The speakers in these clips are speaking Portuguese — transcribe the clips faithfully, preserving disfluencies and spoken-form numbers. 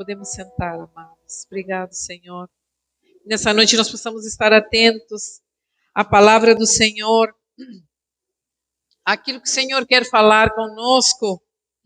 podemos sentar, amados. Obrigado, Senhor. Nessa noite nós possamos estar atentos à palavra do Senhor, aquilo que o Senhor quer falar conosco.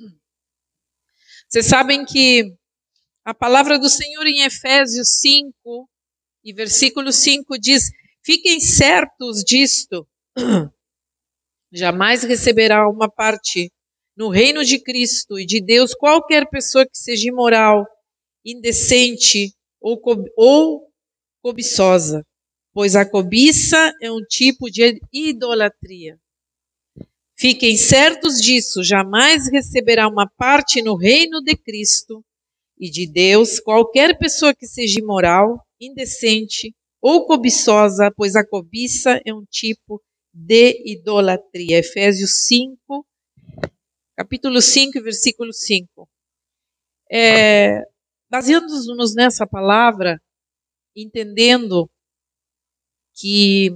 Vocês sabem que a palavra do Senhor em Efésios cinco, e versículo cinco diz: fiquem certos disto, jamais receberá uma parte no reino de Cristo e de Deus qualquer pessoa que seja imoral, indecente ou, co ou cobiçosa, pois a cobiça é um tipo de idolatria. Fiquem certos disso, jamais receberá uma parte no reino de Cristo e de Deus qualquer pessoa que seja imoral, indecente ou cobiçosa, pois a cobiça é um tipo de idolatria. Efésios cinco, capítulo cinco, versículo cinco. É, baseando-nos nessa palavra, entendendo que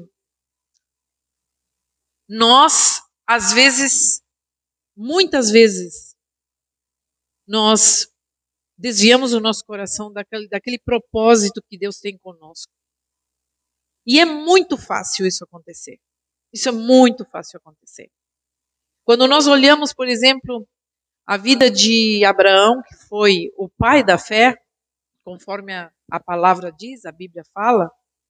nós, às vezes, muitas vezes, nós desviamos o nosso coração daquele, daquele propósito que Deus tem conosco. E é muito fácil isso acontecer. Isso é muito fácil acontecer. Quando nós olhamos, por exemplo, a vida de Abraão, que foi o pai da fé, conforme a, a palavra diz, a Bíblia fala,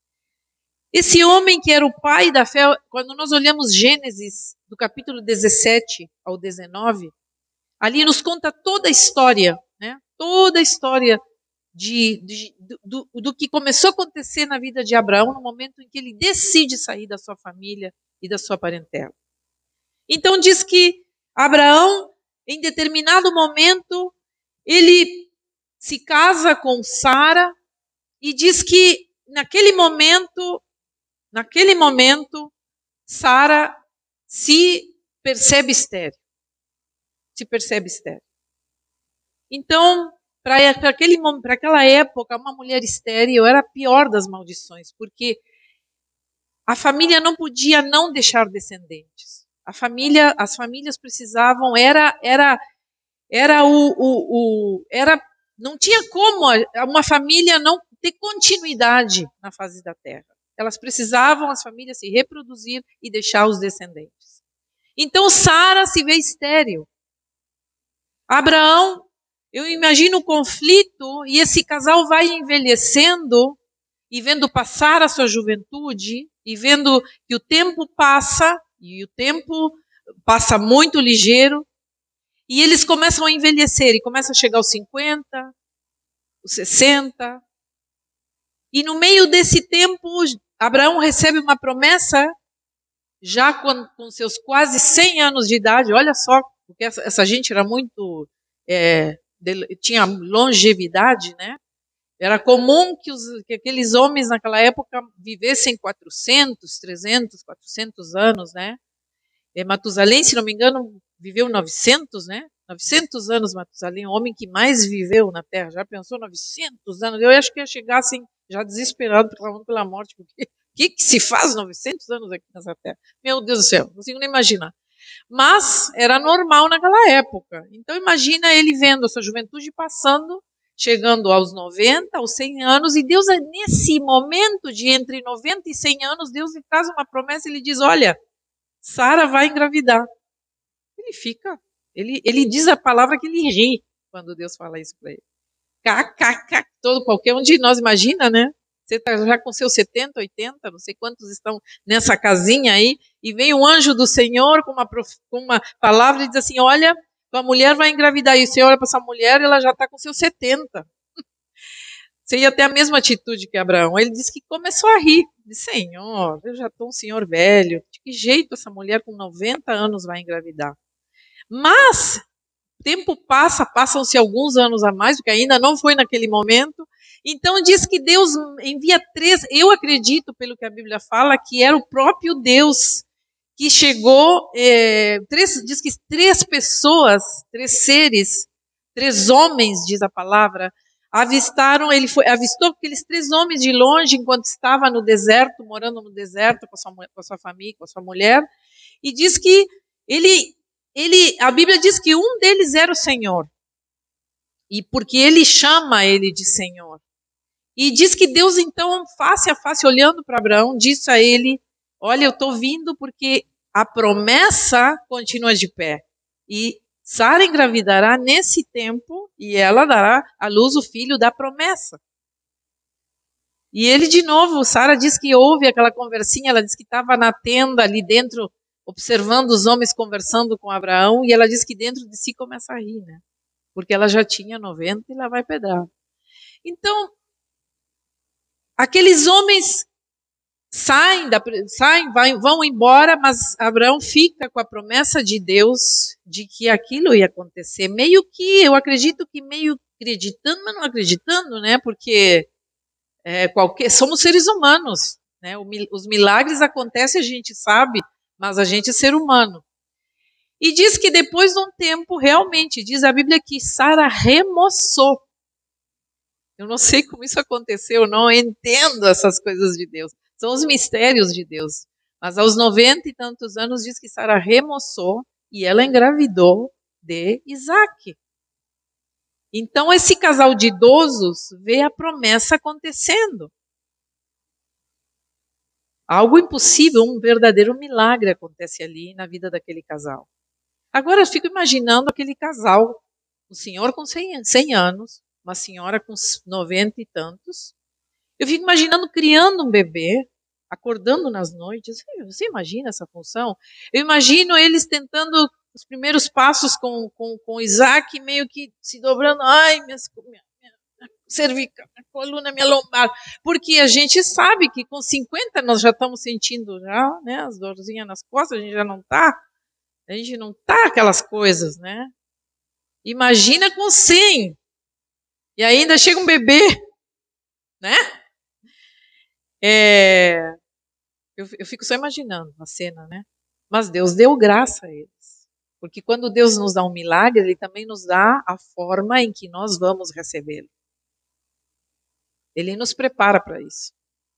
esse homem que era o pai da fé, quando nós olhamos Gênesis, do capítulo dezessete ao dezenove, ali nos conta toda a história, né? Toda a história de, de, do, do que começou a acontecer na vida de Abraão no momento em que ele decide sair da sua família e da sua parentela. Então diz que Abraão, em determinado momento, ele se casa com Sara e diz que naquele momento, naquele momento, Sara se percebe estéril. Se percebe estéril. Então, para aquela época, uma mulher estéril era a pior das maldições, porque a família não podia não deixar descendentes. A família, as famílias precisavam, era, era, era o, o, o, era, não tinha como uma família não ter continuidade na face da terra. Elas precisavam, as famílias, se reproduzir e deixar os descendentes. Então, Sara se vê estéril. Abraão, eu imagino o conflito, e esse casal vai envelhecendo e vendo passar a sua juventude e vendo que o tempo passa, e o tempo passa muito ligeiro, e eles começam a envelhecer, e começam a chegar aos cinquenta, os sessenta, e no meio desse tempo, Abraão recebe uma promessa, já com, com seus quase cem anos de idade, olha só, porque essa, essa gente era muito, é, de, tinha longevidade, né? Era comum que, os, que aqueles homens naquela época vivessem quatrocentos, trezentos, quatrocentos anos, né? E Matusalém, se não me engano, viveu novecentos, né? novecentos anos Matusalém, o homem que mais viveu na Terra. Já pensou novecentos anos? Eu acho que ia chegar assim, já desesperado, clamando pela morte, porque o que, que se faz novecentos anos aqui nessa Terra? Meu Deus do céu, não consigo nem imaginar. Mas era normal naquela época. Então imagina ele vendo a sua juventude passando, chegando aos noventa, aos cem anos, e Deus, nesse momento de entre noventa e cem anos, Deus lhe faz uma promessa e ele diz, olha, Sara vai engravidar. Ele fica, ele, ele diz a palavra que ele ri quando Deus fala isso para ele. Kkk, todo, qualquer um de nós imagina, né? Você está já com seus setenta, oitenta, não sei quantos estão nessa casinha aí, e vem um anjo do Senhor com uma, com uma palavra e diz assim, olha, tua mulher vai engravidar. E você olha para essa mulher e ela já está com seus setenta. Você ia ter a mesma atitude que Abraão. Ele disse que começou a rir. Disse, Senhor, eu já estou um senhor velho. De que jeito essa mulher com noventa anos vai engravidar? Mas, tempo passa, passam-se alguns anos a mais, porque ainda não foi naquele momento. Então diz que Deus envia três, eu acredito, pelo que a Bíblia fala, que era o próprio Deus que chegou, é, três, diz que três pessoas, três seres, três homens, diz a palavra, avistaram, ele foi, avistou aqueles três homens de longe, enquanto estava no deserto, morando no deserto com a sua, com a sua família, com a sua mulher, e diz que ele, ele, a Bíblia diz que um deles era o Senhor. E porque ele chama ele de Senhor. E diz que Deus, então, face a face, olhando para Abraão, disse a ele: olha, eu estou vindo porque a promessa continua de pé. E Sara engravidará nesse tempo e ela dará à luz o filho da promessa. E ele, de novo, Sara diz que houve aquela conversinha, ela diz que estava na tenda ali dentro, observando os homens conversando com Abraão, e ela diz que dentro de si começa a rir, né? Porque ela já tinha noventa e lá vai pedrar. Então, aqueles homens saem, da, saem vai, vão embora, mas Abraão fica com a promessa de Deus de que aquilo ia acontecer. Meio que, eu acredito que meio acreditando, mas não acreditando, né? Porque é, qualquer, somos seres humanos, né? O, os milagres acontecem, a gente sabe, mas a gente é ser humano. E diz que depois de um tempo, realmente, diz a Bíblia que Sara remoçou. Eu não sei como isso aconteceu, eu não entendo essas coisas de Deus. São os mistérios de Deus. Mas aos noventa e tantos anos diz que Sara remoçou e ela engravidou de Isaac. Então esse casal de idosos vê a promessa acontecendo. Algo impossível, um verdadeiro milagre acontece ali na vida daquele casal. Agora eu fico imaginando aquele casal, um senhor com cem anos, uma senhora com noventa e tantos. Eu fico imaginando criando um bebê, acordando nas noites. Você imagina essa função? Eu imagino eles tentando os primeiros passos com, com, com Isaac, meio que se dobrando. Ai, minhas, minha, minha cervical, minha coluna, minha lombar. Porque a gente sabe que com cinquenta nós já estamos sentindo já, né, as dorzinhas nas costas, a gente já não está. A gente não está aquelas coisas, né? Imagina com cem. E ainda chega um bebê, né? É, eu, eu fico só imaginando a cena, né? Mas Deus deu graça a eles. Porque quando Deus nos dá um milagre, Ele também nos dá a forma em que nós vamos recebê-lo. Ele nos prepara para isso.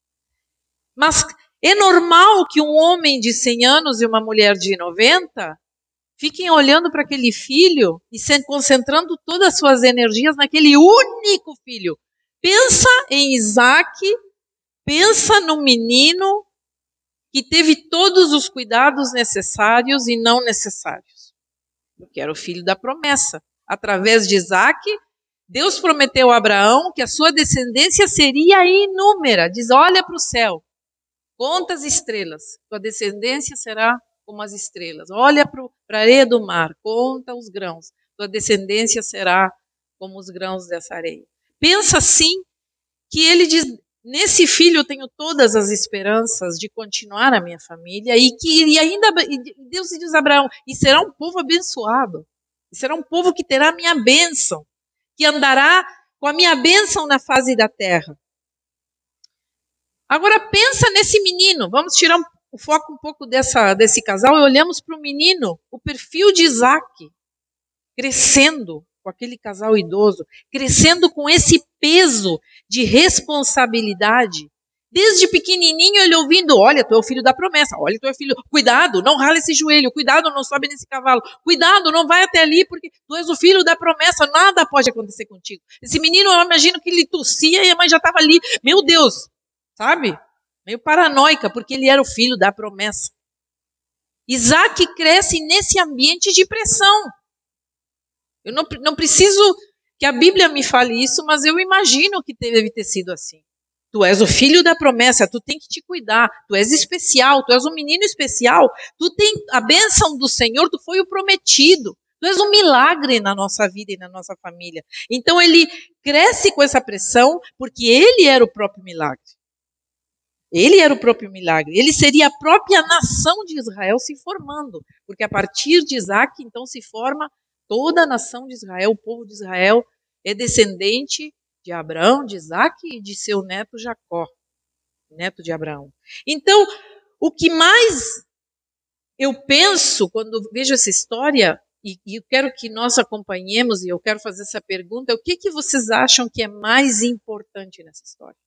Mas é normal que um homem de cem anos e uma mulher de noventa fiquem olhando para aquele filho e se concentrando todas as suas energias naquele único filho. Pensa em Isaac, pensa no menino que teve todos os cuidados necessários e não necessários. Porque era o filho da promessa. Através de Isaac, Deus prometeu a Abraão que a sua descendência seria inúmera. Diz, olha para o céu, conta as estrelas, tua descendência será como as estrelas. Olha para a areia do mar, conta os grãos, tua descendência será como os grãos dessa areia. Pensa assim, que ele diz, nesse filho eu tenho todas as esperanças de continuar a minha família, e que e ainda Deus diz a Abraão, e será um povo abençoado, e será um povo que terá a minha bênção, que andará com a minha bênção na face da terra. Agora pensa nesse menino, vamos tirar um, o foco um pouco dessa, desse casal e olhamos para o menino, o perfil de Isaac, crescendo com aquele casal idoso, crescendo com esse peso de responsabilidade. Desde pequenininho ele ouvindo, olha, tu é o filho da promessa, olha, tu é o filho, cuidado, não rala esse joelho, cuidado, não sobe nesse cavalo, cuidado, não vai até ali, porque tu és o filho da promessa, nada pode acontecer contigo. Esse menino, eu imagino que ele tossia e a mãe já estava ali, meu Deus, sabe? Meio paranoica, porque ele era o filho da promessa. Isaac cresce nesse ambiente de pressão. Eu não, não preciso que a Bíblia me fale isso, mas eu imagino que deve ter sido assim. Tu és o filho da promessa, tu tem que te cuidar, tu és especial, tu és um menino especial, tu tem a bênção do Senhor, tu foi o prometido, tu és um milagre na nossa vida e na nossa família. Então ele cresce com essa pressão, porque ele era o próprio milagre. Ele era o próprio milagre, ele seria a própria nação de Israel se formando, porque a partir de Isaac, então, se forma toda a nação de Israel, o povo de Israel é descendente de Abraão, de Isaac e de seu neto Jacó, neto de Abraão. Então, o que mais eu penso quando vejo essa história, e, e eu quero que nós acompanhemos, e eu quero fazer essa pergunta, o que, que vocês acham que é mais importante nessa história?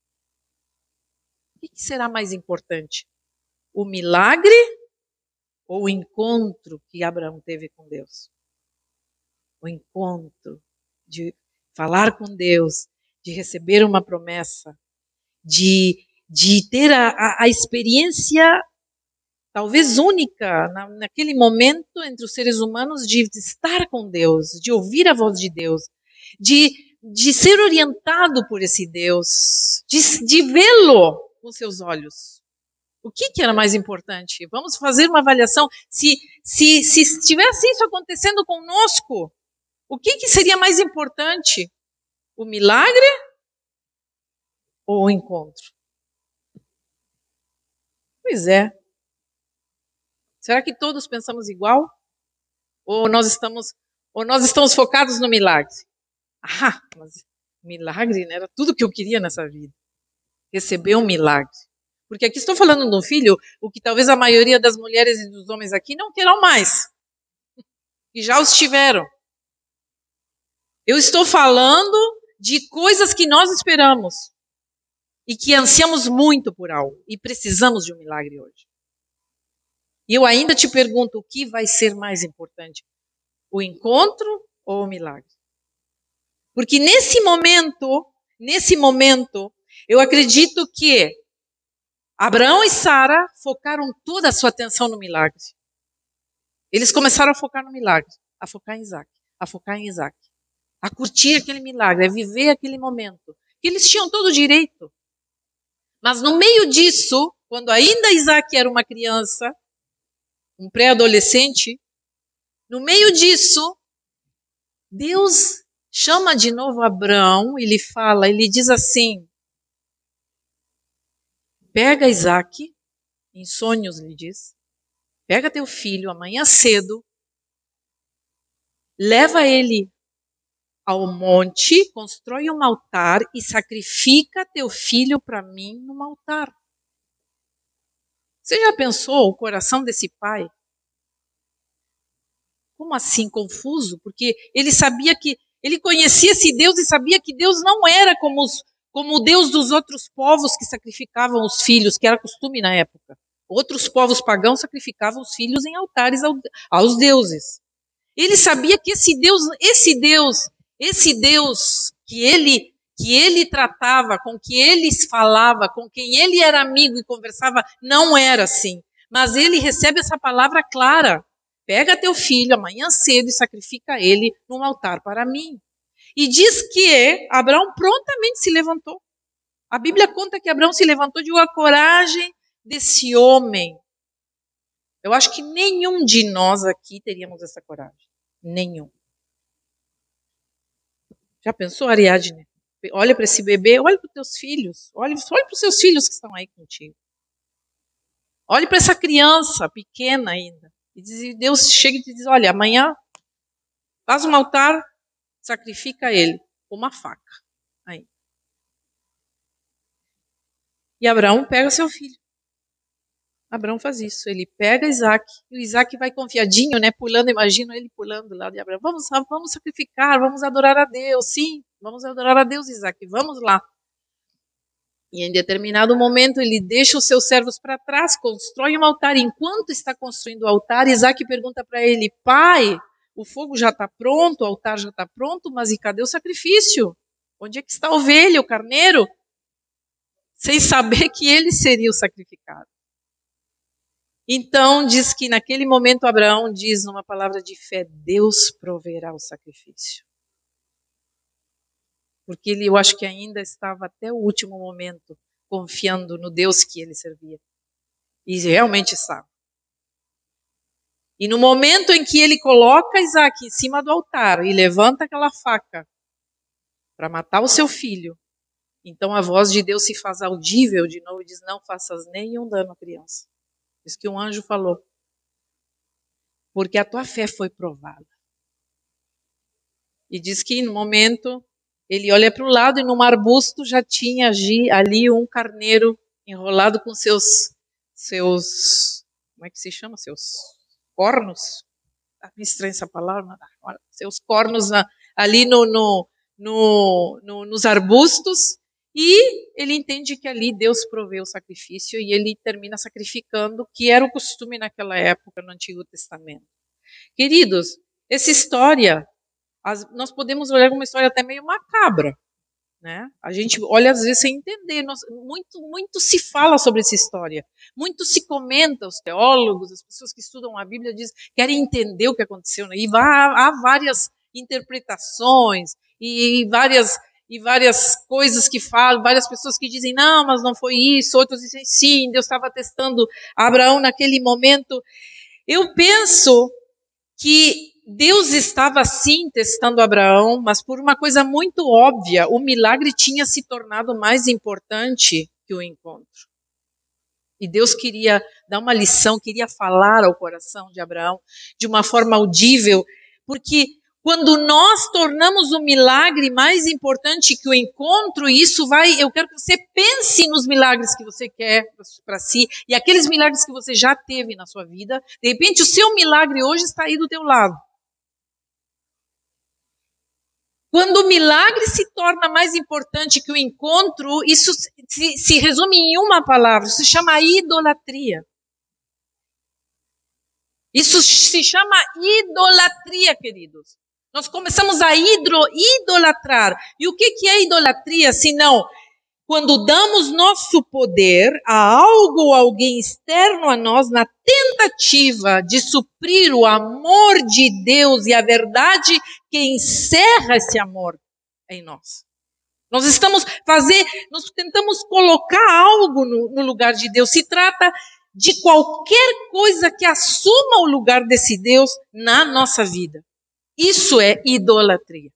O que, que será mais importante? O milagre ou o encontro que Abraão teve com Deus? O encontro de falar com Deus, de receber uma promessa, de, de ter a, a, a experiência talvez única na, naquele momento entre os seres humanos de estar com Deus, de ouvir a voz de Deus, de, de ser orientado por esse Deus, de, de vê-lo com seus olhos. O que, que era mais importante? Vamos fazer uma avaliação. Se, se, se estivesse isso acontecendo conosco, o que, que seria mais importante? O milagre ou o encontro? Pois é. Será que todos pensamos igual? Ou nós estamos, ou nós estamos focados no milagre? Ah, mas milagre, né? Era tudo que eu queria nessa vida. Receber um milagre. Porque aqui estou falando de um filho, o que talvez a maioria das mulheres e dos homens aqui não queiram mais. E já os tiveram. Eu estou falando de coisas que nós esperamos. E que ansiamos muito por algo. E precisamos de um milagre hoje. E eu ainda te pergunto, o que vai ser mais importante? O encontro ou o milagre? Porque nesse momento, nesse momento, eu acredito que Abraão e Sara focaram toda a sua atenção no milagre. Eles começaram a focar no milagre, a focar em Isaac, a focar em Isaac, a curtir aquele milagre, a viver aquele momento. Que eles tinham todo o direito. Mas no meio disso, quando ainda Isaac era uma criança, um pré-adolescente, no meio disso, Deus chama de novo Abraão e lhe fala, ele diz assim, pega Isaac, em sonhos lhe diz, pega teu filho amanhã cedo, leva ele ao monte, constrói um altar e sacrifica teu filho para mim num altar. Você já pensou o coração desse pai? Como assim, confuso? Porque ele sabia que, ele conhecia esse Deus e sabia que Deus não era como, os, como o Deus dos outros povos que sacrificavam os filhos, que era costume na época. Outros povos pagãos sacrificavam os filhos em altares ao, aos deuses. Ele sabia que esse Deus, esse Deus, esse Deus que ele, que ele tratava, com que ele falava, com quem ele era amigo e conversava, não era assim. Mas ele recebe essa palavra clara. Pega teu filho amanhã cedo e sacrifica ele num altar para mim. E diz que Abraão prontamente se levantou. A Bíblia conta que Abraão se levantou de uma coragem desse homem. Eu acho que nenhum de nós aqui teríamos essa coragem. Nenhum. Já pensou, Ariadne? Olha para esse bebê, olha para os teus filhos. Olha, olha para os seus filhos que estão aí contigo. Olhe para essa criança pequena ainda. E Deus chega e te diz, olha, amanhã faz um altar, sacrifica ele com uma faca. Aí. E Abraão pega seu filho. Abraão faz isso. Ele pega Isaac. E o Isaac vai confiadinho, né? Pulando, imagino ele pulando lá de Abraão. Vamos, vamos sacrificar, vamos adorar a Deus. Sim, vamos adorar a Deus, Isaac. Vamos lá. E em determinado momento ele deixa os seus servos para trás, constrói um altar. Enquanto está construindo o altar, Isaac pergunta para ele, pai, o fogo já está pronto, o altar já está pronto, mas e cadê o sacrifício? Onde é que está a ovelha, o carneiro? Sem saber que ele seria o sacrificado. Então diz que naquele momento Abraão diz numa palavra de fé, Deus proverá o sacrifício. Porque ele, eu acho que ainda estava até o último momento confiando no Deus que ele servia. E realmente estava. E no momento em que ele coloca Isaac em cima do altar e levanta aquela faca para matar o seu filho, então a voz de Deus se faz audível de novo e diz, não faças nenhum dano à criança. Isso que um anjo falou. Porque a tua fé foi provada. E diz que no momento ele olha para o lado e num arbusto já tinha ali um carneiro enrolado com seus, seus, como é que se chama? Seus cornos. Ah, me estranha essa palavra. Seus cornos na, ali no, no, no, no, nos arbustos. E ele entende que ali Deus proveu o sacrifício e ele termina sacrificando, que era o costume naquela época no Antigo Testamento. Queridos, essa história, as, nós podemos olhar uma história até meio macabra, né? A gente olha às vezes sem entender. Nós, muito, muito se fala sobre essa história, muito se comenta, os teólogos, as pessoas que estudam a Bíblia dizem, querem entender o que aconteceu, né? E há, há várias interpretações e, e várias e várias coisas que falam, várias pessoas que dizem, não, mas não foi isso, outros dizem, sim, Deus estava testando Abraão naquele momento. Eu penso que Deus estava sim testando Abraão, mas por uma coisa muito óbvia, o milagre tinha se tornado mais importante que o encontro. E Deus queria dar uma lição, queria falar ao coração de Abraão de uma forma audível, porque quando nós tornamos o milagre mais importante que o encontro, isso vai, eu quero que você pense nos milagres que você quer para si, e aqueles milagres que você já teve na sua vida, de repente o seu milagre hoje está aí do teu lado. Quando o milagre se torna mais importante que o encontro, isso se, se resume em uma palavra, isso se chama idolatria. Isso se chama idolatria, queridos. Nós começamos a hidro, idolatrar. E o que, que é idolatria, senão quando damos nosso poder a algo ou alguém externo a nós na tentativa de suprir o amor de Deus e a verdade que encerra esse amor em nós. Nós estamos fazer, nós tentamos colocar algo no, no lugar de Deus. Se trata de qualquer coisa que assuma o lugar desse Deus na nossa vida. Isso é idolatria.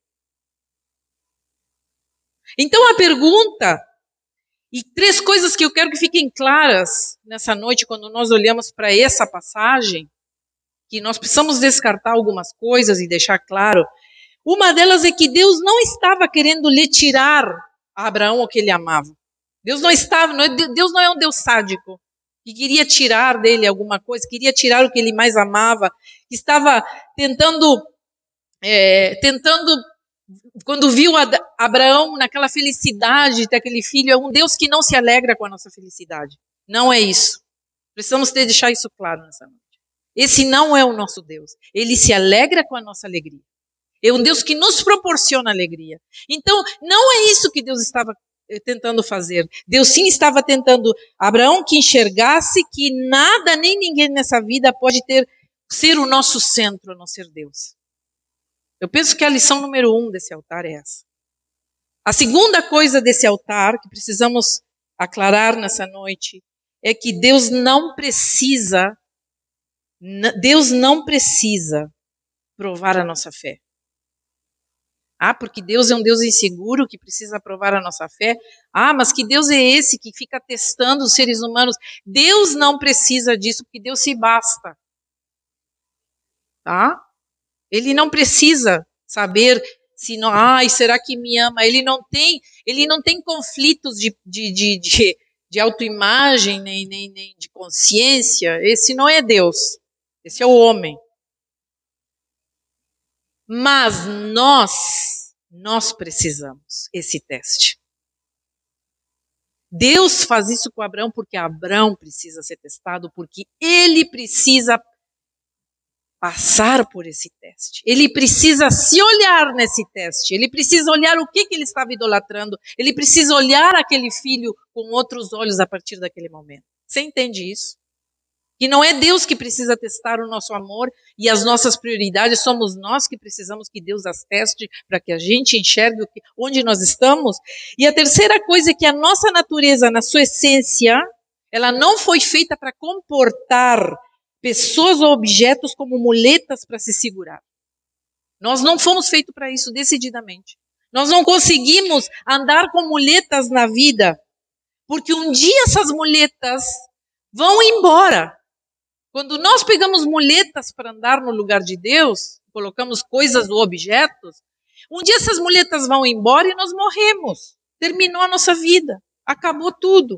Então a pergunta, e três coisas que eu quero que fiquem claras nessa noite, quando nós olhamos para essa passagem, que nós precisamos descartar algumas coisas e deixar claro. Uma delas é que Deus não estava querendo lhe tirar a Abraão o que ele amava. Deus não estava, Deus não é um Deus sádico, que queria tirar dele alguma coisa, queria tirar o que ele mais amava, que estava tentando... É, tentando, quando viu Abraão naquela felicidade de ter aquele filho, é um Deus que não se alegra com a nossa felicidade. Não é isso. Precisamos ter, deixar isso claro nessa noite. Esse não é o nosso Deus. Ele se alegra com a nossa alegria. É um Deus que nos proporciona alegria. Então, não é isso que Deus estava tentando fazer. Deus sim estava tentando Abraão que enxergasse que nada nem ninguém nessa vida pode ter, ser o nosso centro, a não ser Deus. Eu penso que a lição número um desse altar é essa. A segunda coisa desse altar que precisamos aclarar nessa noite é que Deus não precisa, Deus não precisa provar a nossa fé. Ah, porque Deus é um Deus inseguro que precisa provar a nossa fé. Ah, mas que Deus é esse que fica testando os seres humanos? Deus não precisa disso, porque Deus se basta. Tá? Ele não precisa saber se não, ai, será que me ama? Ele não tem, ele não tem conflitos de, de, de, de, de autoimagem, nem, nem, nem de consciência. Esse não é Deus. Esse é o homem. Mas nós, nós precisamos esse teste. Deus faz isso com Abraão porque Abraão precisa ser testado, porque ele precisa passar por esse teste. Ele precisa se olhar nesse teste. Ele precisa olhar o que, que ele estava idolatrando. Ele precisa olhar aquele filho com outros olhos a partir daquele momento. Você entende isso? Que não é Deus que precisa testar o nosso amor e as nossas prioridades. Somos nós que precisamos que Deus as teste para que a gente enxergue onde nós estamos. E a terceira coisa é que a nossa natureza, na sua essência, ela não foi feita para comportar pessoas ou objetos como muletas para se segurar. Nós não fomos feitos para isso decididamente. Nós não conseguimos andar com muletas na vida, porque um dia essas muletas vão embora. Quando nós pegamos muletas para andar no lugar de Deus, colocamos coisas ou objetos, um dia essas muletas vão embora e nós morremos. Terminou a nossa vida. Acabou tudo.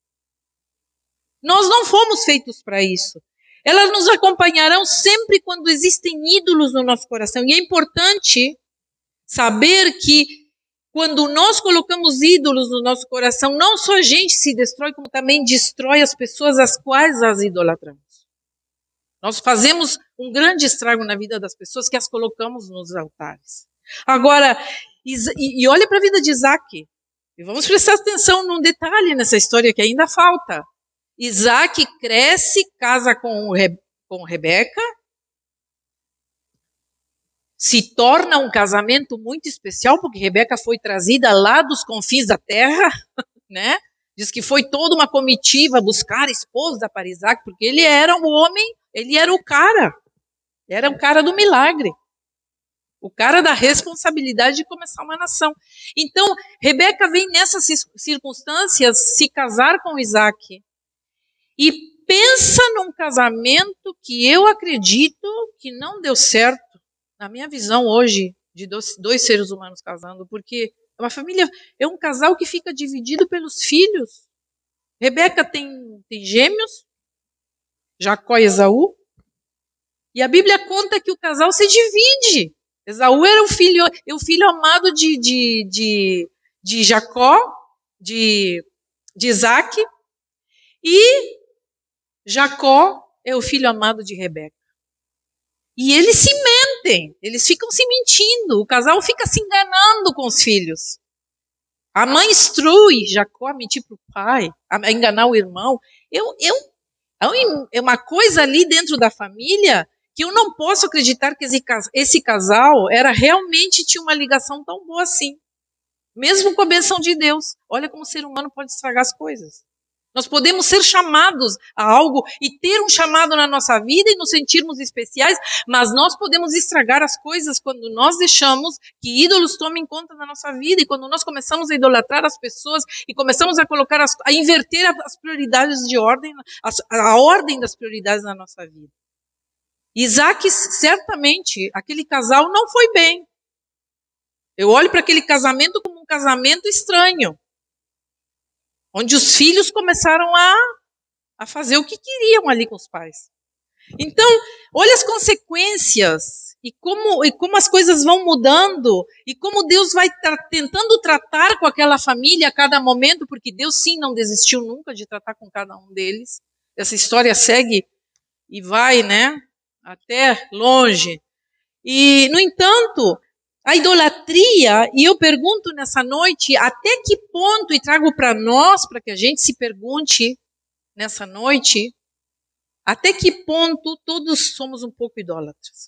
Nós não fomos feitos para isso. Elas nos acompanharão sempre quando existem ídolos no nosso coração. E é importante saber que quando nós colocamos ídolos no nosso coração, não só a gente se destrói, como também destrói as pessoas às quais as idolatramos. Nós fazemos um grande estrago na vida das pessoas que as colocamos nos altares. Agora, e, e olha para a vida de Isaac. E vamos prestar atenção num detalhe nessa história que ainda falta. Isaac cresce, casa com, Re, com Rebeca, se torna um casamento muito especial, porque Rebeca foi trazida lá dos confins da terra, né? Diz que foi toda uma comitiva buscar esposa para Isaac, porque ele era um homem, ele era o cara, era o cara do milagre, o cara da responsabilidade de começar uma nação. Então, Rebeca vem nessas circunstâncias se casar com Isaac e pensa num casamento que eu acredito que não deu certo, na minha visão hoje, de dois, dois seres humanos casando, porque uma família é um casal que fica dividido pelos filhos. Rebeca tem, tem gêmeos, Jacó e Esaú, e a Bíblia conta que o casal se divide. Esaú era o filho, o filho amado de, de, de, de Jacó, de, de Isaac, e Jacó é o filho amado de Rebeca. E eles se mentem, eles ficam se mentindo, o casal fica se enganando com os filhos. A mãe instrui Jacó a mentir para o pai, a enganar o irmão. Eu, eu, é uma coisa ali dentro da família que eu não posso acreditar que esse, esse casal era realmente tinha uma ligação tão boa assim. Mesmo com a benção de Deus. Olha como o ser humano pode estragar as coisas. Nós podemos ser chamados a algo e ter um chamado na nossa vida e nos sentirmos especiais, mas nós podemos estragar as coisas quando nós deixamos que ídolos tomem conta da nossa vida e quando nós começamos a idolatrar as pessoas e começamos a colocar, as, a inverter as prioridades de ordem, a, a ordem das prioridades na nossa vida. Isaac, certamente, aquele casal não foi bem. Eu olho para aquele casamento como um casamento estranho. Onde os filhos começaram a, a fazer o que queriam ali com os pais. Então, olha as consequências e como, e como as coisas vão mudando e como Deus vai tra- tentando tratar com aquela família a cada momento, porque Deus sim não desistiu nunca de tratar com cada um deles. Essa história segue e vai, né, até longe. E, no entanto, a idolatria, e eu pergunto nessa noite, até que ponto, e trago para nós, para que a gente se pergunte nessa noite, até que ponto todos somos um pouco idólatras?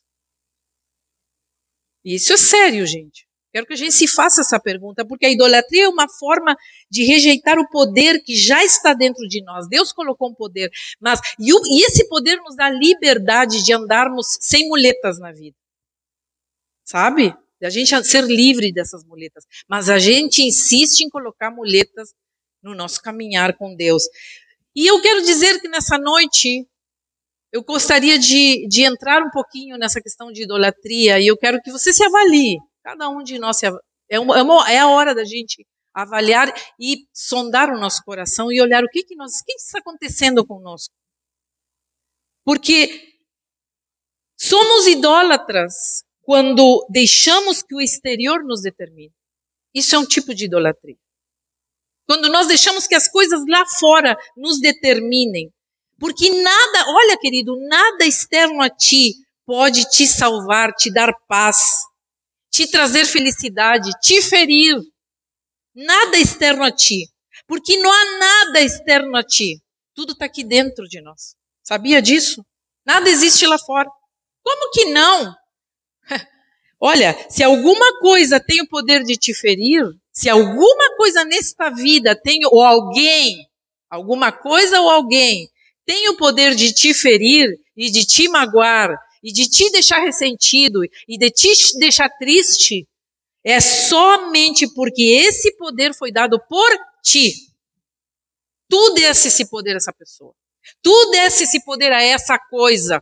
Isso é sério, gente. Quero que a gente se faça essa pergunta, porque a idolatria é uma forma de rejeitar o poder que já está dentro de nós. Deus colocou um poder, mas e, o, e esse poder nos dá liberdade de andarmos sem muletas na vida. Sabe? A gente ser livre dessas muletas. Mas a gente insiste em colocar muletas no nosso caminhar com Deus. E eu quero dizer que nessa noite, eu gostaria de, de entrar um pouquinho nessa questão de idolatria, e eu quero que você se avalie. Cada um de nós, se av- é, uma, é, uma, é a hora da gente avaliar e sondar o nosso coração e olhar o que, que, nós, o que está acontecendo conosco. Porque somos idólatras quando deixamos que o exterior nos determine. Isso é um tipo de idolatria. Quando nós deixamos que as coisas lá fora nos determinem. Porque nada, olha querido, nada externo a ti pode te salvar, te dar paz, te trazer felicidade, te ferir. Nada externo a ti. Porque não há nada externo a ti. Tudo está aqui dentro de nós. Sabia disso? Nada existe lá fora. Como que não? Olha, se alguma coisa tem o poder de te ferir, se alguma coisa nesta vida tem, ou alguém, alguma coisa ou alguém, tem o poder de te ferir e de te magoar, e de te deixar ressentido, e de te deixar triste, é somente porque esse poder foi dado por ti. Tu desse esse poder a essa pessoa. Tu desse esse poder a essa coisa.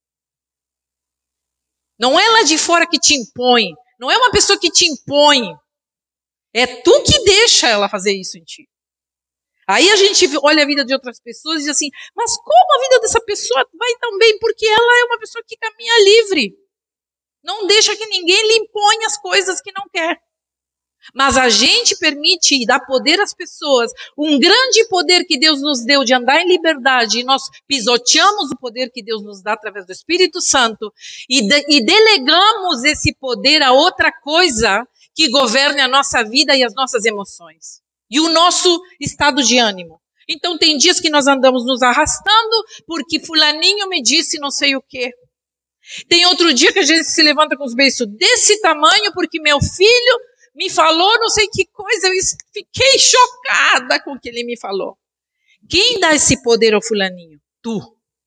Não é lá de fora que te impõe. Não é uma pessoa que te impõe. É tu que deixa ela fazer isso em ti. Aí a gente olha a vida de outras pessoas e diz assim, mas como a vida dessa pessoa vai tão bem? Porque ela é uma pessoa que caminha livre. Não deixa que ninguém lhe imponha as coisas que não quer. Mas a gente permite e dá poder às pessoas, um grande poder que Deus nos deu de andar em liberdade, e nós pisoteamos o poder que Deus nos dá através do Espírito Santo, e, de, e delegamos esse poder a outra coisa que governe a nossa vida e as nossas emoções, e o nosso estado de ânimo. Então tem dias que nós andamos nos arrastando, porque fulaninho me disse não sei o quê. Tem outro dia que a gente se levanta com os beiços desse tamanho, porque meu filho me falou não sei que coisa, eu fiquei chocada com o que ele me falou. Quem dá esse poder ao fulaninho? Tu.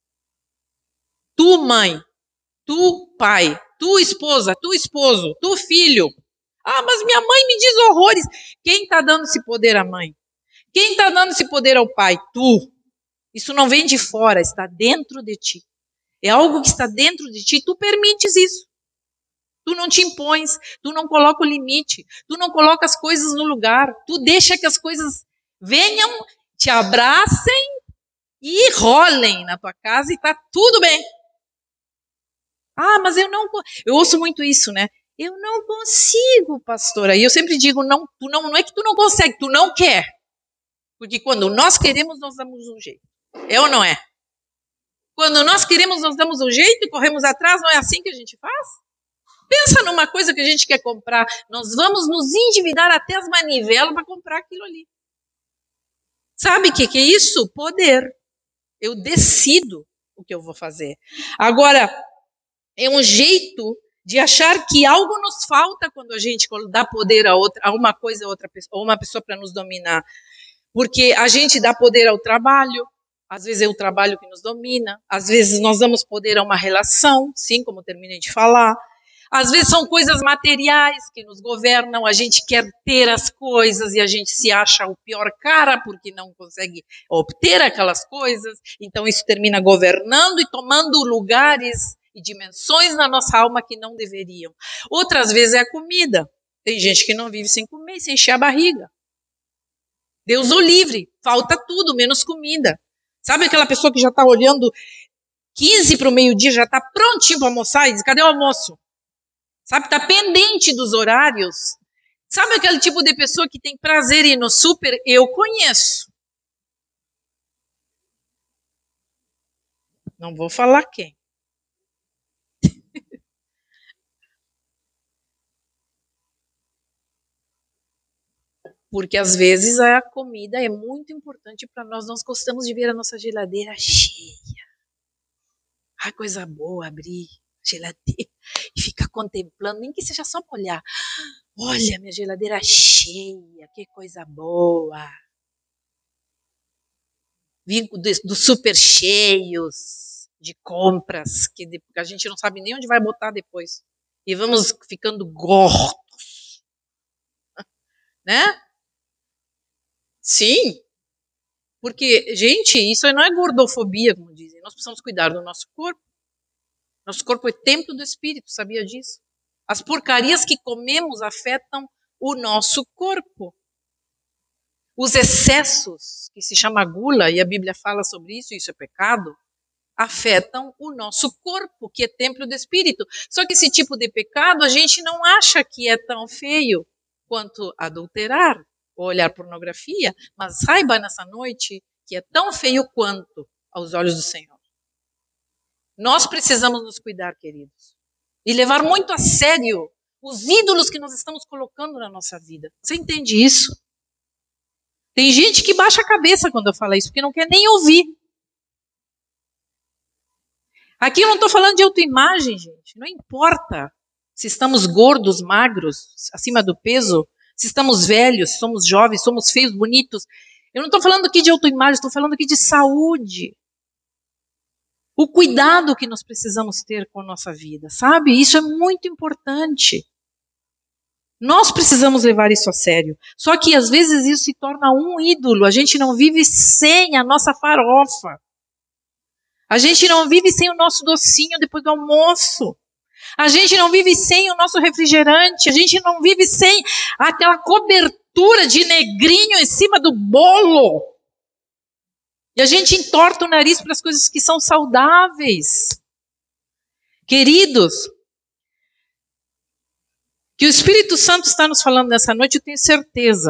Tu, mãe. Tu, pai. Tu, esposa. Tu, esposo. Tu, filho. Ah, mas minha mãe me diz horrores. Quem está dando esse poder à mãe? Quem está dando esse poder ao pai? Tu. Isso não vem de fora, está dentro de ti. É algo que está dentro de ti, tu permites isso. Tu não te impões, tu não coloca o limite, tu não coloca as coisas no lugar, tu deixa que as coisas venham, te abracem e rolem na tua casa e está tudo bem. Ah, mas eu não... Eu ouço muito isso, né? Eu não consigo, pastora. E eu sempre digo, não, tu não, não é que tu não consegue, tu não quer. Porque quando nós queremos, nós damos um jeito. É ou não é? Quando nós queremos, nós damos um jeito e corremos atrás, não é assim que a gente faz? Pensa numa coisa que a gente quer comprar, nós vamos nos endividar até as manivelas para comprar aquilo ali. Sabe o que, que é isso? Poder. Eu decido o que eu vou fazer. Agora, é um jeito de achar que algo nos falta quando a gente dá poder a, outra, a uma coisa a outra pessoa, ou uma pessoa para nos dominar. Porque a gente dá poder ao trabalho, às vezes é o trabalho que nos domina, às vezes nós damos poder a uma relação, sim, como terminei de falar. Às vezes são coisas materiais que nos governam, a gente quer ter as coisas e a gente se acha o pior cara porque não consegue obter aquelas coisas. Então isso termina governando e tomando lugares e dimensões na nossa alma que não deveriam. Outras vezes é a comida. Tem gente que não vive sem comer, sem encher a barriga. Deus o livre, falta tudo, menos comida. Sabe aquela pessoa que já está olhando quinze para o meio-dia, já está prontinho para almoçar e diz, cadê o almoço? Sabe, está pendente dos horários. Sabe aquele tipo de pessoa que tem prazer em ir no super? Eu conheço. Não vou falar quem. Porque às vezes a comida é muito importante para nós. Nós gostamos de ver a nossa geladeira cheia. Ah, coisa boa abrir a geladeira e ficar contemplando, nem que seja só para olhar. Olha, minha geladeira cheia, que coisa boa. Vim dos super cheios de compras, que a gente não sabe nem onde vai botar depois. E vamos ficando gordos. Né? Sim. Porque, gente, isso não é gordofobia, como dizem. Nós precisamos cuidar do nosso corpo. Nosso corpo é templo do Espírito, sabia disso? As porcarias que comemos afetam o nosso corpo. Os excessos, que se chama gula, e a Bíblia fala sobre isso, isso é pecado, afetam o nosso corpo, que é templo do Espírito. Só que esse tipo de pecado a gente não acha que é tão feio quanto adulterar ou olhar pornografia, mas saiba nessa noite que é tão feio quanto aos olhos do Senhor. Nós precisamos nos cuidar, queridos, e levar muito a sério os ídolos que nós estamos colocando na nossa vida. Você entende isso? Tem gente que baixa a cabeça quando eu falo isso, porque não quer nem ouvir. Aqui eu não estou falando de autoimagem, gente. Não importa se estamos gordos, magros, acima do peso, se estamos velhos, se somos jovens, somos feios, bonitos. Eu não estou falando aqui de autoimagem, estou falando aqui de saúde. O cuidado que nós precisamos ter com a nossa vida, sabe? Isso é muito importante. Nós precisamos levar isso a sério. Só que às vezes isso se torna um ídolo. A gente não vive sem a nossa farofa. A gente não vive sem o nosso docinho depois do almoço. A gente não vive sem o nosso refrigerante. A gente não vive sem aquela cobertura de negrinho em cima do bolo. E a gente entorta o nariz para as coisas que são saudáveis. Queridos, Que o Espírito Santo está nos falando nessa noite, eu tenho certeza.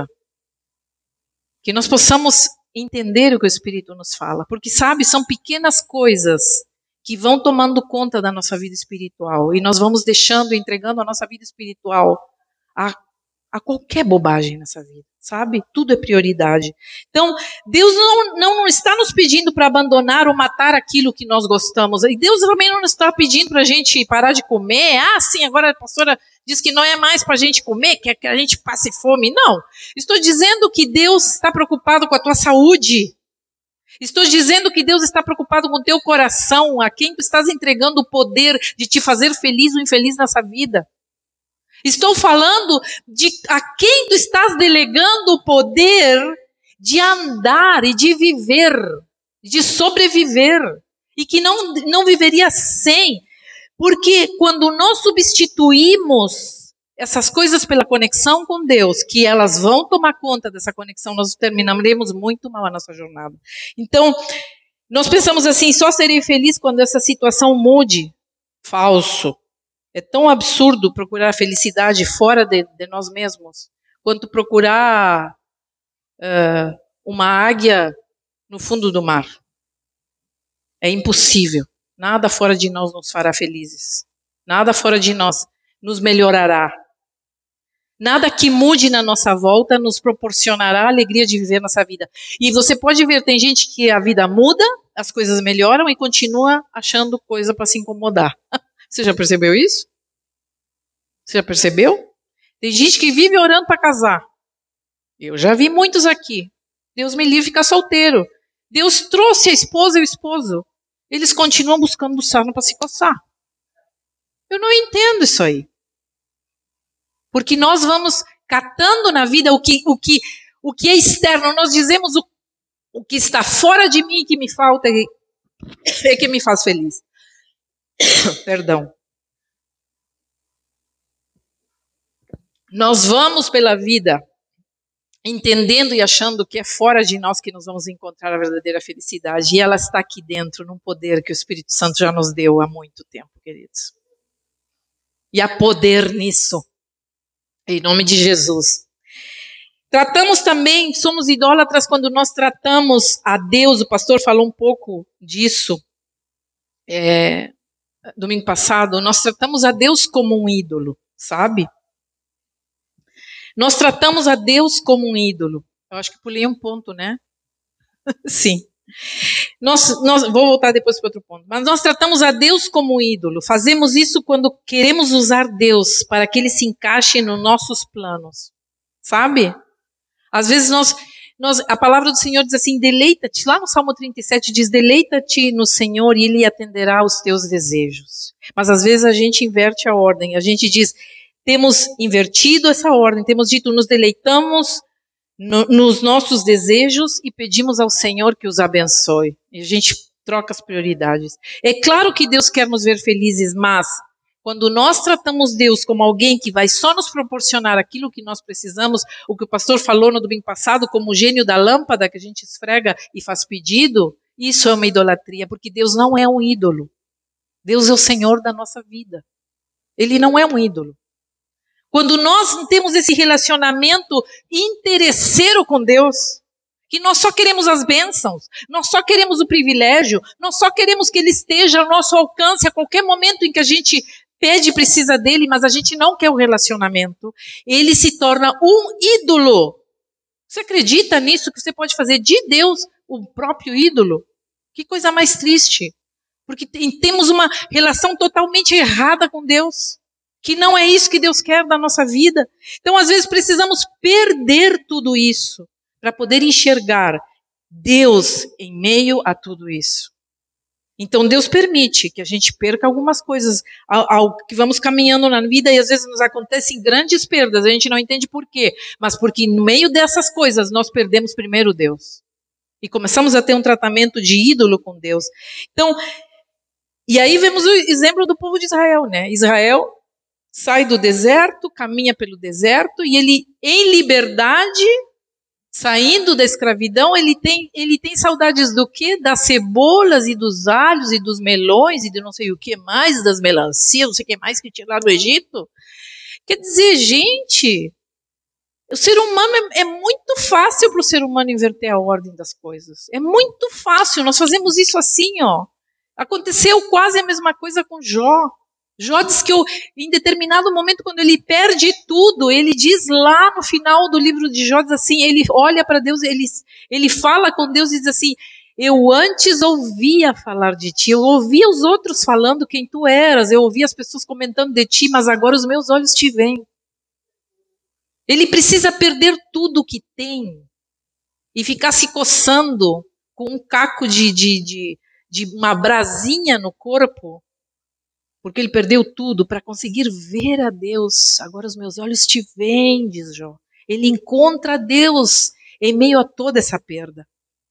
Que nós possamos entender o que o Espírito nos fala. Porque, sabe, são pequenas coisas que vão tomando conta da nossa vida espiritual. E nós vamos deixando, entregando a nossa vida espiritual a, a qualquer bobagem nessa vida, sabe? Tudo é prioridade. Então, Deus não, não está nos pedindo para abandonar ou matar aquilo que nós gostamos. E Deus também não está pedindo para a gente parar de comer. Ah, sim, agora a pastora diz que não é mais para a gente comer, quer que a gente passe fome. Não. Estou dizendo que Deus está preocupado com a tua saúde. Estou dizendo que Deus está preocupado com o teu coração, a quem tu estás entregando o poder de te fazer feliz ou infeliz nessa vida. Estou falando de a quem tu estás delegando o poder de andar e de viver, de sobreviver, e que não, não viveria sem. Porque quando nós substituímos essas coisas pela conexão com Deus, que elas vão tomar conta dessa conexão, nós terminaremos muito mal a nossa jornada. Então, nós pensamos assim, só serei feliz quando essa situação mude. Falso. É tão absurdo procurar felicidade fora de, de nós mesmos, quanto procurar uh, uma águia no fundo do mar. É impossível. Nada fora de nós nos fará felizes. Nada fora de nós nos melhorará. Nada que mude na nossa volta nos proporcionará a alegria de viver nossa vida. E você pode ver, tem gente que a vida muda, as coisas melhoram e continua achando coisa para se incomodar. Você já percebeu isso? Você já percebeu? Tem gente que vive orando para casar. Eu já vi muitos aqui. Deus me livre ficar solteiro. Deus trouxe a esposa e o esposo. Eles continuam buscando sarna para se coçar. Eu não entendo isso aí. Porque nós vamos catando na vida o que, o que, o que é externo. Nós dizemos o, o que está fora de mim que me falta é que me faz feliz. Perdão. Nós vamos pela vida entendendo e achando que é fora de nós que nós vamos encontrar a verdadeira felicidade. E ela está aqui dentro, num poder que o Espírito Santo já nos deu há muito tempo, queridos. E há poder nisso. Em nome de Jesus. Tratamos também, somos idólatras quando nós tratamos a Deus. O pastor falou um pouco disso é, domingo passado. Nós tratamos a Deus como um ídolo, sabe? Nós tratamos a Deus como um ídolo. Eu acho que pulei um ponto, né? Sim. Nós, nós, vou voltar depois para outro ponto. Mas nós tratamos a Deus como ídolo. Fazemos isso quando queremos usar Deus para que Ele se encaixe nos nossos planos. Sabe? Às vezes nós, nós, a palavra do Senhor diz assim, deleita-te. Lá no Salmo trinta e sete diz, deleita-te no Senhor e Ele atenderá aos teus desejos. Mas às vezes a gente inverte a ordem. A gente diz, temos invertido essa ordem. Temos dito, nos deleitamos No, nos nossos desejos e pedimos ao Senhor que os abençoe. E a gente troca as prioridades. É claro que Deus quer nos ver felizes, mas quando nós tratamos Deus como alguém que vai só nos proporcionar aquilo que nós precisamos, o que o pastor falou no domingo passado, como o gênio da lâmpada que a gente esfrega e faz pedido, isso é uma idolatria, porque Deus não é um ídolo. Deus é o Senhor da nossa vida. Ele não é um ídolo. Quando nós não temos esse relacionamento interesseiro com Deus, que nós só queremos as bênçãos, nós só queremos o privilégio, nós só queremos que Ele esteja ao nosso alcance a qualquer momento em que a gente pede e precisa dEle, mas a gente não quer o relacionamento, Ele se torna um ídolo. Você acredita nisso, que você pode fazer de Deus o próprio ídolo? Que coisa mais triste, porque temos uma relação totalmente errada com Deus. Que não é isso que Deus quer da nossa vida. Então, às vezes, precisamos perder tudo isso para poder enxergar Deus em meio a tudo isso. Então, Deus permite que a gente perca algumas coisas ao, ao que vamos caminhando na vida e às vezes nos acontecem grandes perdas. A gente não entende por quê, mas porque no meio dessas coisas nós perdemos primeiro Deus. E começamos a ter um tratamento de ídolo com Deus. Então, e aí vemos o exemplo do povo de Israel, né? Israel sai do deserto, caminha pelo deserto e ele, em liberdade, saindo da escravidão, ele tem, ele tem saudades do quê? Das cebolas e dos alhos e dos melões e de não sei o que mais, das melancias, não sei o que mais que tinha lá do Egito. Quer dizer, gente, o ser humano é, é muito fácil para o ser humano inverter a ordem das coisas. É muito fácil, nós fazemos isso assim, ó. Aconteceu quase a mesma coisa com Jó. Jó diz que eu, em determinado momento, quando ele perde tudo, ele diz lá no final do livro de Jó, diz assim, ele olha para Deus, ele, ele fala com Deus e diz assim, eu antes ouvia falar de ti, eu ouvia os outros falando quem tu eras, eu ouvia as pessoas comentando de ti, mas agora os meus olhos te veem. Ele precisa perder tudo que tem e ficar se coçando com um caco de, de, de, de uma brasinha no corpo, porque ele perdeu tudo para conseguir ver a Deus. Agora os meus olhos te veem, diz Jó. Ele encontra Deus em meio a toda essa perda.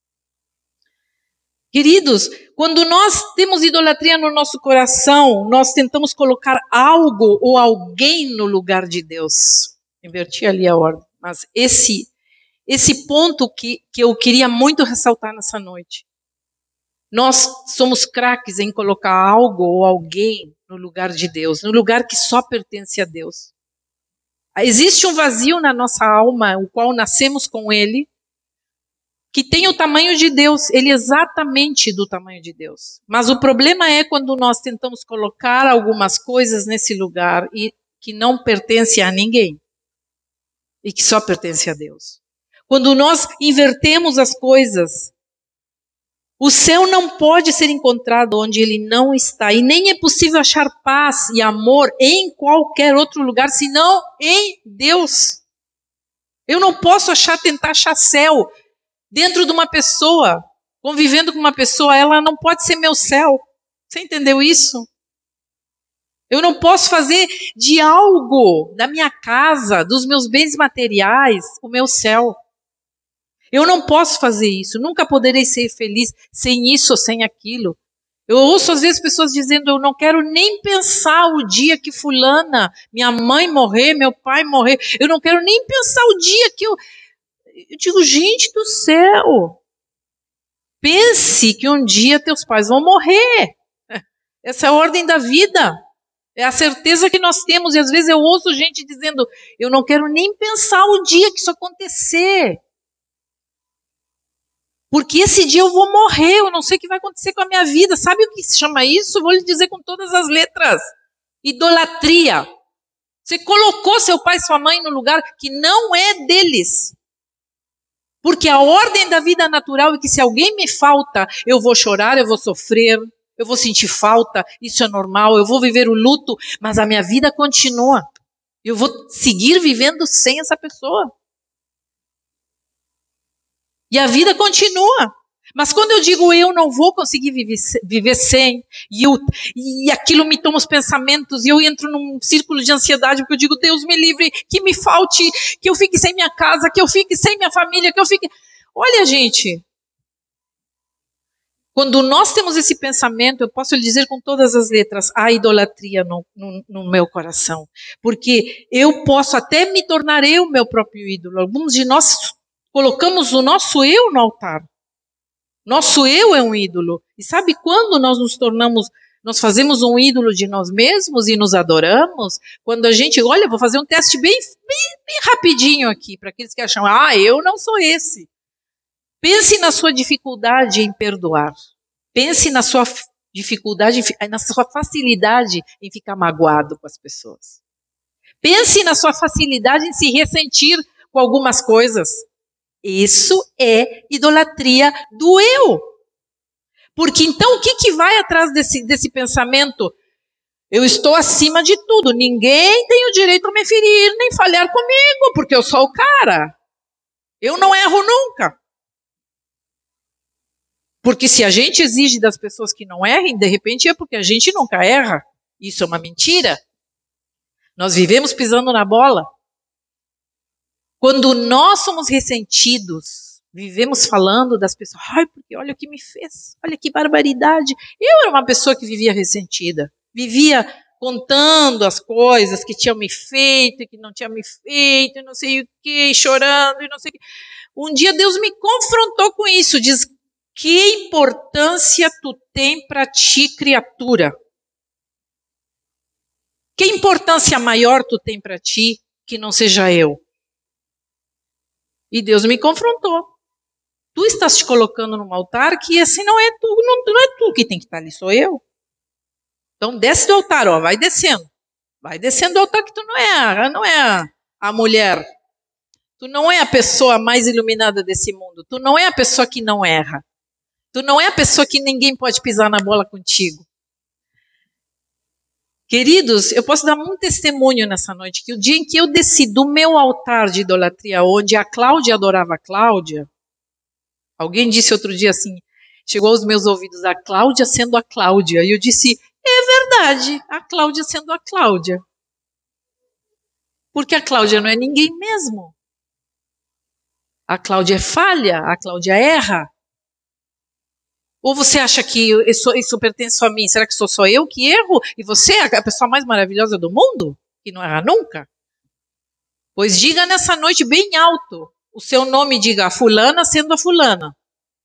Queridos, quando nós temos idolatria no nosso coração, nós tentamos colocar algo ou alguém no lugar de Deus. Inverti ali a ordem. Mas esse, esse ponto que, que eu queria muito ressaltar nessa noite. Nós somos craques em colocar algo ou alguém no lugar de Deus, no lugar que só pertence a Deus. Existe um vazio na nossa alma, o qual nascemos com ele, que tem o tamanho de Deus, ele é exatamente do tamanho de Deus. Mas o problema é quando nós tentamos colocar algumas coisas nesse lugar e que não pertence a ninguém e que só pertence a Deus. Quando nós invertemos as coisas, o céu não pode ser encontrado onde ele não está, e nem é possível achar paz e amor em qualquer outro lugar, senão em Deus. Eu não posso achar, tentar achar céu dentro de uma pessoa, convivendo com uma pessoa, ela não pode ser meu céu. Você entendeu isso? Eu não posso fazer de algo, da minha casa, dos meus bens materiais, o meu céu. Eu não posso fazer isso, nunca poderei ser feliz sem isso ou sem aquilo. Eu ouço às vezes pessoas dizendo, eu não quero nem pensar o dia que fulana, minha mãe morrer, meu pai morrer, eu não quero nem pensar o dia que eu... Eu digo, gente do céu, pense que um dia teus pais vão morrer. Essa é a ordem da vida. É a certeza que nós temos, e às vezes eu ouço gente dizendo, eu não quero nem pensar o dia que isso acontecer. Porque esse dia eu vou morrer, eu não sei o que vai acontecer com a minha vida. Sabe o que se chama isso? Eu vou lhe dizer com todas as letras. Idolatria. Você colocou seu pai e sua mãe no lugar que não é deles. Porque a ordem da vida natural é que se alguém me falta, eu vou chorar, eu vou sofrer, eu vou sentir falta, isso é normal, eu vou viver o luto, mas a minha vida continua. Eu vou seguir vivendo sem essa pessoa. E a vida continua. Mas quando eu digo eu não vou conseguir viver, viver sem, e, eu, e aquilo me toma os pensamentos, e eu entro num círculo de ansiedade, porque eu digo, Deus me livre, que me falte, que eu fique sem minha casa, que eu fique sem minha família, que eu fique... Olha, gente, quando nós temos esse pensamento, eu posso lhe dizer com todas as letras, há idolatria no, no, no meu coração. Porque eu posso até me tornar eu meu próprio ídolo. Alguns de nós colocamos o nosso eu no altar. Nosso eu é um ídolo. E sabe quando nós nos tornamos, nós fazemos um ídolo de nós mesmos e nos adoramos? Quando a gente, olha, vou fazer um teste bem, bem, bem rapidinho aqui, para aqueles que acham, ah, eu não sou esse. Pense na sua dificuldade em perdoar. Pense na sua dificuldade, na sua facilidade em ficar magoado com as pessoas. Pense na sua facilidade em se ressentir com algumas coisas. Isso é idolatria do eu. Porque então o que, que vai atrás desse, desse pensamento? Eu estou acima de tudo, ninguém tem o direito a me ferir nem falhar comigo, porque eu sou o cara. Eu não erro nunca. Porque se a gente exige das pessoas que não errem, de repente é porque a gente nunca erra. Isso é uma mentira. Nós vivemos pisando na bola. Quando nós somos ressentidos, vivemos falando das pessoas, ai, porque olha o que me fez, olha que barbaridade. Eu era uma pessoa que vivia ressentida, vivia contando as coisas que tinham me feito e que não tinham me feito, e não sei o que, chorando e não sei o que. Um dia Deus me confrontou com isso, diz, que importância tu tem para ti, criatura? Que importância maior tu tem para ti que não seja eu? E Deus me confrontou. Tu estás te colocando num altar que assim não é tu, não, não é tu que tem que estar ali, sou eu. Então desce do altar, ó, vai descendo. Vai descendo do altar que tu não é, não é a, a mulher. Tu não é a pessoa mais iluminada desse mundo. Tu não é a pessoa que não erra. Tu não é a pessoa que ninguém pode pisar na bola contigo. Queridos, eu posso dar muito testemunho nessa noite, que o dia em que eu desci do meu altar de idolatria, onde a Cláudia adorava a Cláudia, alguém disse outro dia assim, chegou aos meus ouvidos, a Cláudia sendo a Cláudia, e eu disse, é verdade, a Cláudia sendo a Cláudia. Porque a Cláudia não é ninguém mesmo. A Cláudia é falha, a Cláudia erra. Ou você acha que isso, isso pertence a mim? Será que sou só eu que erro? E você é a pessoa mais maravilhosa do mundo? Que não erra nunca? Pois diga nessa noite bem alto. O seu nome, diga a fulana sendo a fulana.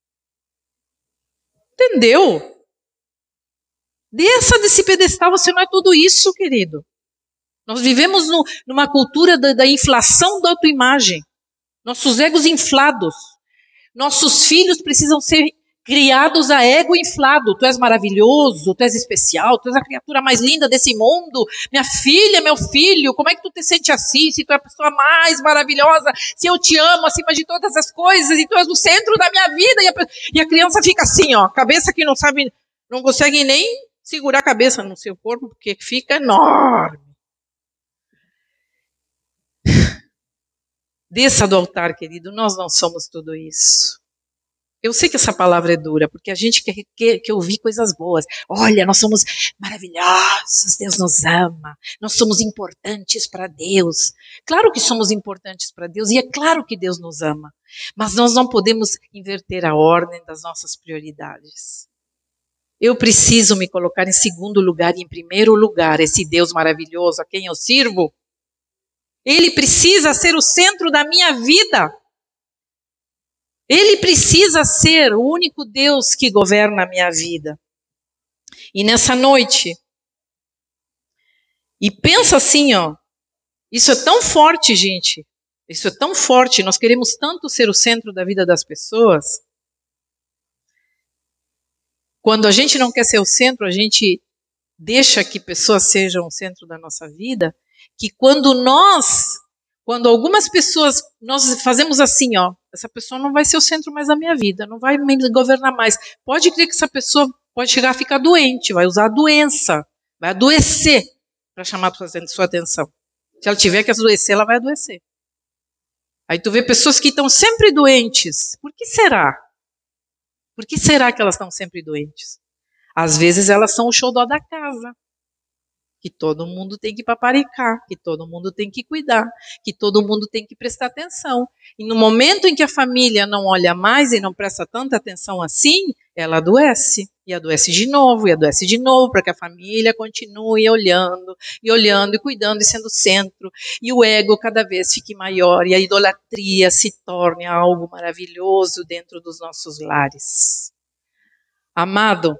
Entendeu? Desça desse pedestal, você não é tudo isso, querido. Nós vivemos no, numa cultura da, da inflação da autoimagem. Nossos egos inflados. Nossos filhos precisam ser criados a ego inflado. Tu és maravilhoso, tu és especial, tu és a criatura mais linda desse mundo. Minha filha, meu filho, como é que tu te sente assim? Se tu é a pessoa mais maravilhosa, se eu te amo acima de todas as coisas, e tu és o centro da minha vida. E a, e a criança fica assim, ó, cabeça que não sabe, não consegue nem segurar a cabeça no seu corpo, porque fica enorme. Desça do altar, querido, nós não somos tudo isso. Eu sei que essa palavra é dura, porque a gente quer, quer, quer ouvir coisas boas. Olha, nós somos maravilhosos, Deus nos ama, nós somos importantes para Deus. Claro que somos importantes para Deus e é claro que Deus nos ama, mas nós não podemos inverter a ordem das nossas prioridades. Eu preciso me colocar em segundo lugar e em primeiro lugar, esse Deus maravilhoso a quem eu sirvo. Ele precisa ser o centro da minha vida. Ele precisa ser o único Deus que governa a minha vida. E nessa noite, e pensa assim, ó, isso é tão forte, gente, isso é tão forte, nós queremos tanto ser o centro da vida das pessoas. Quando a gente não quer ser o centro, a gente deixa que pessoas sejam o centro da nossa vida, que quando nós, quando algumas pessoas, nós fazemos assim, ó, essa pessoa não vai ser o centro mais da minha vida, não vai me governar mais. Pode crer que essa pessoa pode chegar a ficar doente, vai usar a doença, vai adoecer para chamar a sua atenção. Se ela tiver que adoecer, ela vai adoecer. Aí tu vê pessoas que estão sempre doentes. Por que será? Por que será que elas estão sempre doentes? Às vezes elas são o xodó da casa. Que todo mundo tem que paparicar, que todo mundo tem que cuidar, que todo mundo tem que prestar atenção. E no momento em que a família não olha mais e não presta tanta atenção assim, ela adoece. E adoece de novo, e adoece de novo, para que a família continue olhando, e olhando, e cuidando, e sendo centro. E o ego cada vez fique maior, e a idolatria se torne algo maravilhoso dentro dos nossos lares. Amado,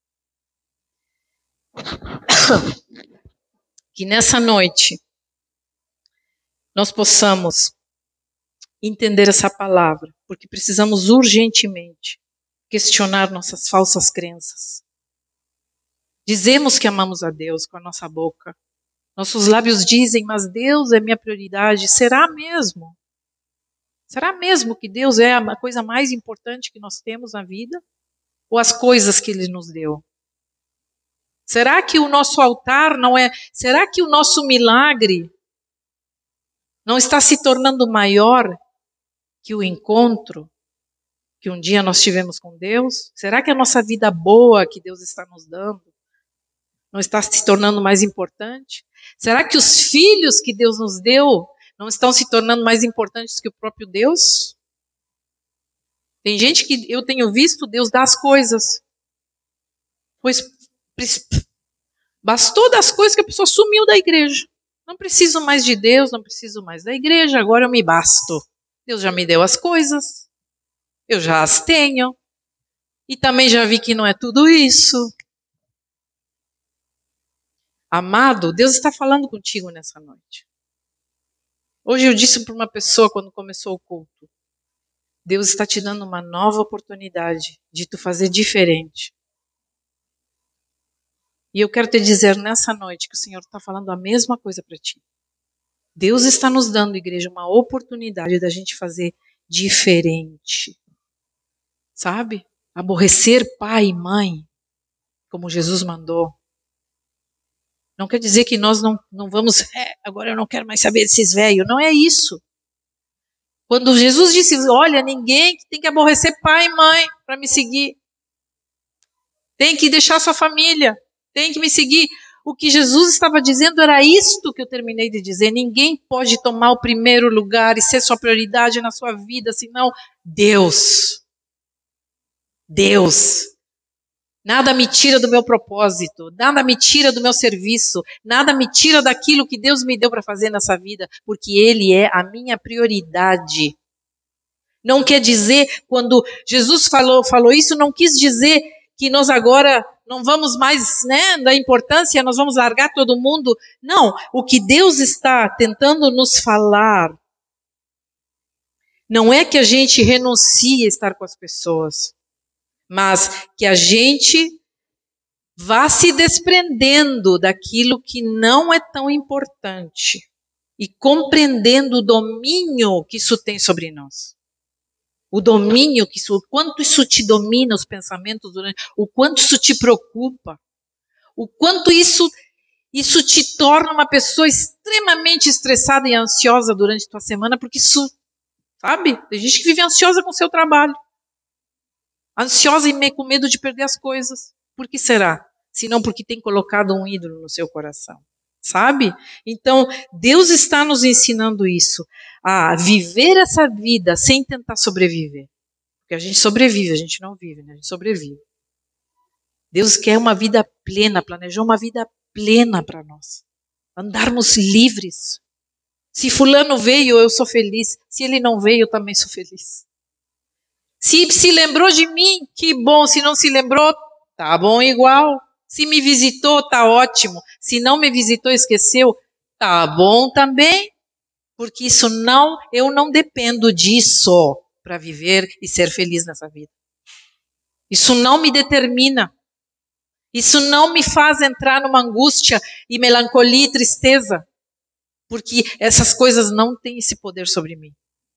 que nessa noite nós possamos entender essa palavra, porque precisamos urgentemente questionar nossas falsas crenças. Dizemos que amamos a Deus com a nossa boca. Nossos lábios dizem, mas Deus é minha prioridade. Será mesmo? Será mesmo que Deus é a coisa mais importante que nós temos na vida? Ou as coisas que Ele nos deu? Será que o nosso altar não é... Será que o nosso milagre não está se tornando maior que o encontro que um dia nós tivemos com Deus? Será que a nossa vida boa que Deus está nos dando não está se tornando mais importante? Será que os filhos que Deus nos deu não estão se tornando mais importantes que o próprio Deus? Tem gente que eu tenho visto Deus dar as coisas. Pois bastou das coisas que a pessoa sumiu da igreja. Não preciso mais de Deus, não preciso mais da igreja, agora eu me basto. Deus já me deu as coisas, eu já as tenho, e também já vi que não é tudo isso. Amado, Deus está falando contigo nessa noite. Hoje eu disse para uma pessoa quando começou o culto, Deus está te dando uma nova oportunidade de tu fazer diferente. E eu quero te dizer nessa noite que o Senhor está falando a mesma coisa para ti. Deus está nos dando, igreja, uma oportunidade da gente fazer diferente. Sabe? Aborrecer pai e mãe, como Jesus mandou. Não quer dizer que nós não, não vamos, é, agora eu não quero mais saber desses velhos. Não é isso. Quando Jesus disse, olha, ninguém tem que aborrecer pai e mãe para me seguir. Tem que deixar sua família. Tem que me seguir. O que Jesus estava dizendo era isto que eu terminei de dizer. Ninguém pode tomar o primeiro lugar e ser sua prioridade na sua vida, senão Deus. Deus. Nada me tira do meu propósito, nada me tira do meu serviço, nada me tira daquilo que Deus me deu para fazer nessa vida, porque Ele é a minha prioridade. Não quer dizer, quando Jesus falou, falou isso, não quis dizer que nós agora não vamos mais, né, dar importância, nós vamos largar todo mundo. Não, o que Deus está tentando nos falar não é que a gente renuncie a estar com as pessoas, mas que a gente vá se desprendendo daquilo que não é tão importante e compreendendo o domínio que isso tem sobre nós. O domínio, que isso, o quanto isso te domina os pensamentos, durante, o quanto isso te preocupa, o quanto isso, isso te torna uma pessoa extremamente estressada e ansiosa durante a tua semana, porque isso, sabe, tem gente que vive ansiosa com o seu trabalho. Ansiosa e com medo de perder as coisas. Por que será? Senão porque tem colocado um ídolo no seu coração. Sabe? Então, Deus está nos ensinando isso. A viver essa vida sem tentar sobreviver. Porque a gente sobrevive, a gente não vive, né? A gente sobrevive. Deus quer uma vida plena, planejou uma vida plena para nós. Andarmos livres. Se fulano veio, eu sou feliz. Se ele não veio, eu também sou feliz. Se se lembrou de mim, que bom. Se não se lembrou, tá bom igual. Se me visitou, tá ótimo. Se não me visitou, esqueceu, tá bom também. Porque isso não, eu não dependo disso para viver e ser feliz nessa vida. Isso não me determina. Isso não me faz entrar numa angústia e melancolia e tristeza. Porque essas coisas não têm esse poder sobre mim.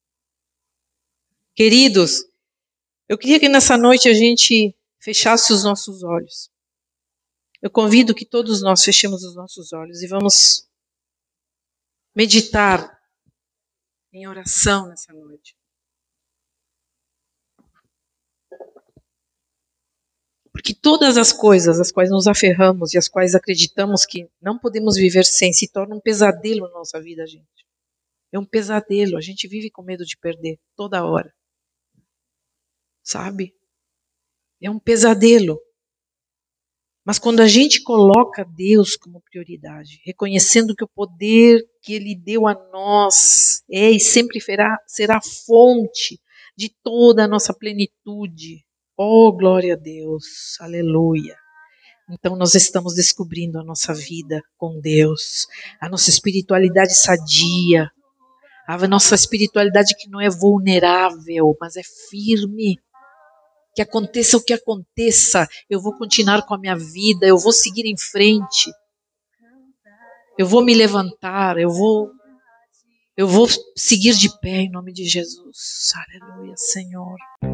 Queridos, eu queria que nessa noite a gente fechasse os nossos olhos. Eu convido que todos nós fechemos os nossos olhos e vamos meditar em oração nessa noite. Porque todas as coisas às quais nos aferramos e as quais acreditamos que não podemos viver sem, se tornam um pesadelo na nossa vida, gente. É um pesadelo, a gente vive com medo de perder toda hora. Sabe? É um pesadelo. Mas quando a gente coloca Deus como prioridade, reconhecendo que o poder que Ele deu a nós é e sempre será, será fonte de toda a nossa plenitude. Oh, glória a Deus, aleluia. Então nós estamos descobrindo a nossa vida com Deus, a nossa espiritualidade sadia, a nossa espiritualidade que não é vulnerável, mas é firme. Que aconteça o que aconteça, eu vou continuar com a minha vida, eu vou seguir em frente, eu vou me levantar, eu vou, eu vou seguir de pé em nome de Jesus. Aleluia, Senhor.